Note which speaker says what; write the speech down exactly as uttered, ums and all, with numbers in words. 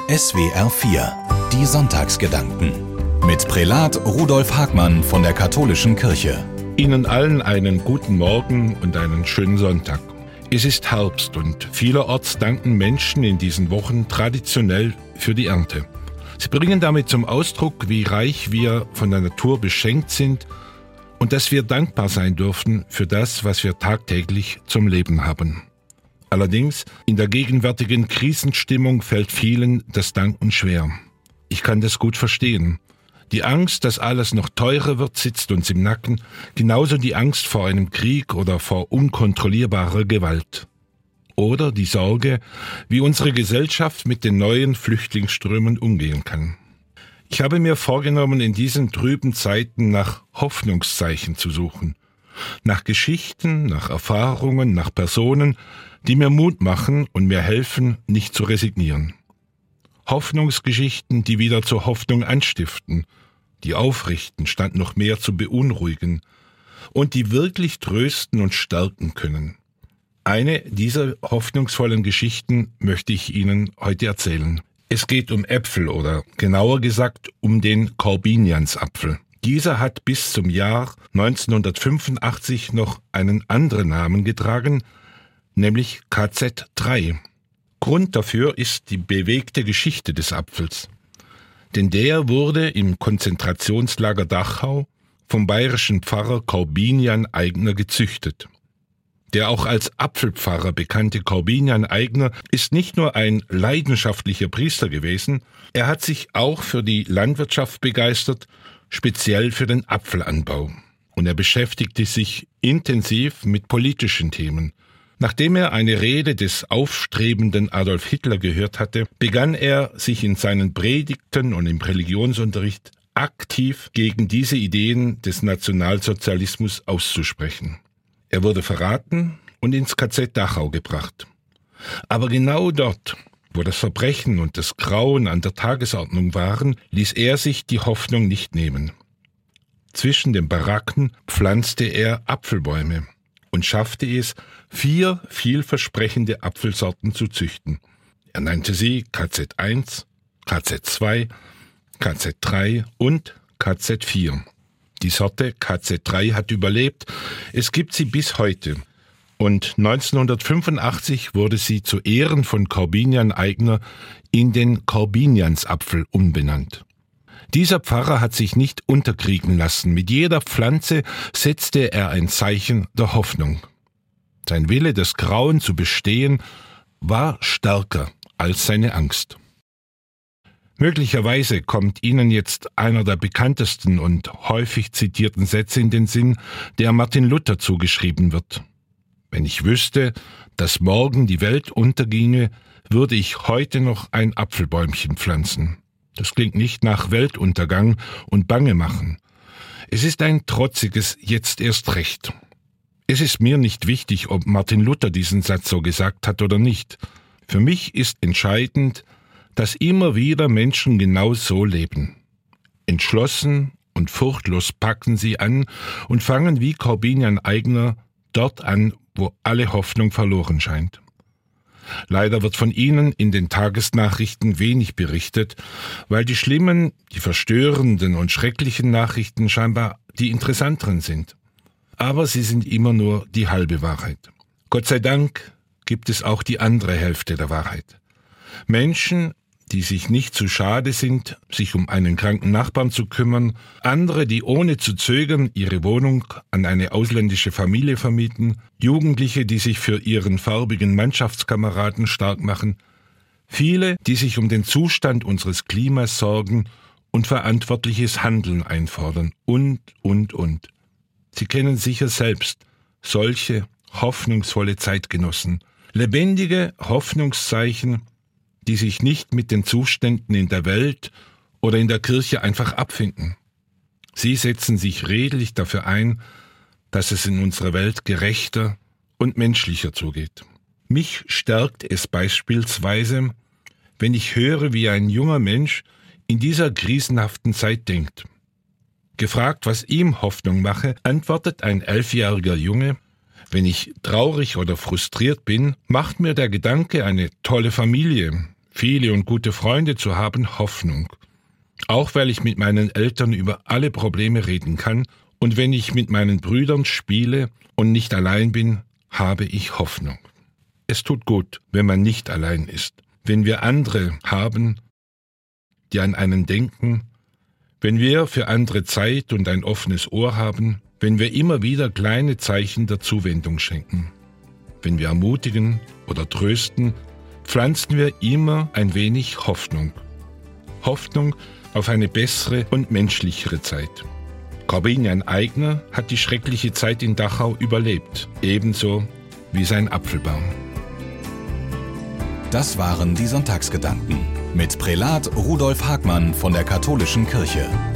Speaker 1: S W R vier, die Sonntagsgedanken. Mit Prälat Rudolf Hagmann von der Katholischen Kirche.
Speaker 2: Ihnen allen einen guten Morgen und einen schönen Sonntag. Es ist Herbst und vielerorts danken Menschen in diesen Wochen traditionell für die Ernte. Sie bringen damit zum Ausdruck, wie reich wir von der Natur beschenkt sind und dass wir dankbar sein dürfen für das, was wir tagtäglich zum Leben haben. Allerdings, in der gegenwärtigen Krisenstimmung fällt vielen das Danken schwer. Ich kann das gut verstehen. Die Angst, dass alles noch teurer wird, sitzt uns im Nacken, genauso die Angst vor einem Krieg oder vor unkontrollierbarer Gewalt. Oder die Sorge, wie unsere Gesellschaft mit den neuen Flüchtlingsströmen umgehen kann. Ich habe mir vorgenommen, in diesen trüben Zeiten nach Hoffnungszeichen zu suchen. Nach Geschichten, nach Erfahrungen, nach Personen, die mir Mut machen und mir helfen, nicht zu resignieren. Hoffnungsgeschichten, die wieder zur Hoffnung anstiften, die aufrichten, statt noch mehr zu beunruhigen und die wirklich trösten und stärken können. Eine dieser hoffnungsvollen Geschichten möchte ich Ihnen heute erzählen. Es geht um Äpfel oder genauer gesagt um den Korbiniansapfel. Dieser hat bis zum Jahr neunzehnhundertfünfundachtzig noch einen anderen Namen getragen, nämlich K Z drei. Grund dafür ist die bewegte Geschichte des Apfels. Denn der wurde im Konzentrationslager Dachau vom bayerischen Pfarrer Korbinian Aigner gezüchtet. Der auch als Apfelpfarrer bekannte Korbinian Aigner ist nicht nur ein leidenschaftlicher Priester gewesen, er hat sich auch für die Landwirtschaft begeistert, speziell für den Apfelanbau. Und er beschäftigte sich intensiv mit politischen Themen. Nachdem er eine Rede des aufstrebenden Adolf Hitler gehört hatte, begann er, sich in seinen Predigten und im Religionsunterricht aktiv gegen diese Ideen des Nationalsozialismus auszusprechen. Er wurde verraten und ins K Z Dachau gebracht. Aber genau dort, wo das Verbrechen und das Grauen an der Tagesordnung waren, ließ er sich die Hoffnung nicht nehmen. Zwischen den Baracken pflanzte er Apfelbäume und schaffte es, vier vielversprechende Apfelsorten zu züchten. Er nannte sie K Z eins, K Z zwei, K Z drei und K Z vier. Die Sorte K Z drei hat überlebt, es gibt sie bis heute. Und neunzehnhundertfünfundachtzig wurde sie zu Ehren von Korbinian Aigner in den Korbiniansapfel umbenannt. Dieser Pfarrer hat sich nicht unterkriegen lassen. Mit jeder Pflanze setzte er ein Zeichen der Hoffnung. Sein Wille, das Grauen zu bestehen, war stärker als seine Angst. Möglicherweise kommt Ihnen jetzt einer der bekanntesten und häufig zitierten Sätze in den Sinn, der Martin Luther zugeschrieben wird. Wenn ich wüsste, dass morgen die Welt unterginge, würde ich heute noch ein Apfelbäumchen pflanzen. Das klingt nicht nach Weltuntergang und Bange machen. Es ist ein trotziges Jetzt erst recht. Es ist mir nicht wichtig, ob Martin Luther diesen Satz so gesagt hat oder nicht. Für mich ist entscheidend, dass immer wieder Menschen genau so leben. Entschlossen und furchtlos packen sie an und fangen wie Korbinian Aigner dort an, wo alle Hoffnung verloren scheint. Leider wird von ihnen in den Tagesnachrichten wenig berichtet, weil die schlimmen, die verstörenden und schrecklichen Nachrichten scheinbar die interessanteren sind. Aber sie sind immer nur die halbe Wahrheit. Gott sei Dank gibt es auch die andere Hälfte der Wahrheit. Menschen, die sich nicht zu schade sind, sich um einen kranken Nachbarn zu kümmern, andere, die ohne zu zögern ihre Wohnung an eine ausländische Familie vermieten, Jugendliche, die sich für ihren farbigen Mannschaftskameraden stark machen, viele, die sich um den Zustand unseres Klimas sorgen und verantwortliches Handeln einfordern und, und, und. Sie kennen sicher selbst solche hoffnungsvolle Zeitgenossen, lebendige Hoffnungszeichen, die sich nicht mit den Zuständen in der Welt oder in der Kirche einfach abfinden. Sie setzen sich redlich dafür ein, dass es in unserer Welt gerechter und menschlicher zugeht. Mich stärkt es beispielsweise, wenn ich höre, wie ein junger Mensch in dieser krisenhaften Zeit denkt. Gefragt, was ihm Hoffnung mache, antwortet ein elfjähriger Junge: Wenn ich traurig oder frustriert bin, macht mir der Gedanke, eine tolle Familie, viele und gute Freunde zu haben, Hoffnung. Auch weil ich mit meinen Eltern über alle Probleme reden kann und wenn ich mit meinen Brüdern spiele und nicht allein bin, habe ich Hoffnung. Es tut gut, wenn man nicht allein ist, wenn wir andere haben, die an einen denken, wenn wir für andere Zeit und ein offenes Ohr haben, wenn wir immer wieder kleine Zeichen der Zuwendung schenken. Wenn wir ermutigen oder trösten, pflanzen wir immer ein wenig Hoffnung. Hoffnung auf eine bessere und menschlichere Zeit. Korbinian Aigner hat die schreckliche Zeit in Dachau überlebt, ebenso wie sein Apfelbaum.
Speaker 1: Das waren die Sonntagsgedanken mit Prälat Rudolf Hagmann von der Katholischen Kirche.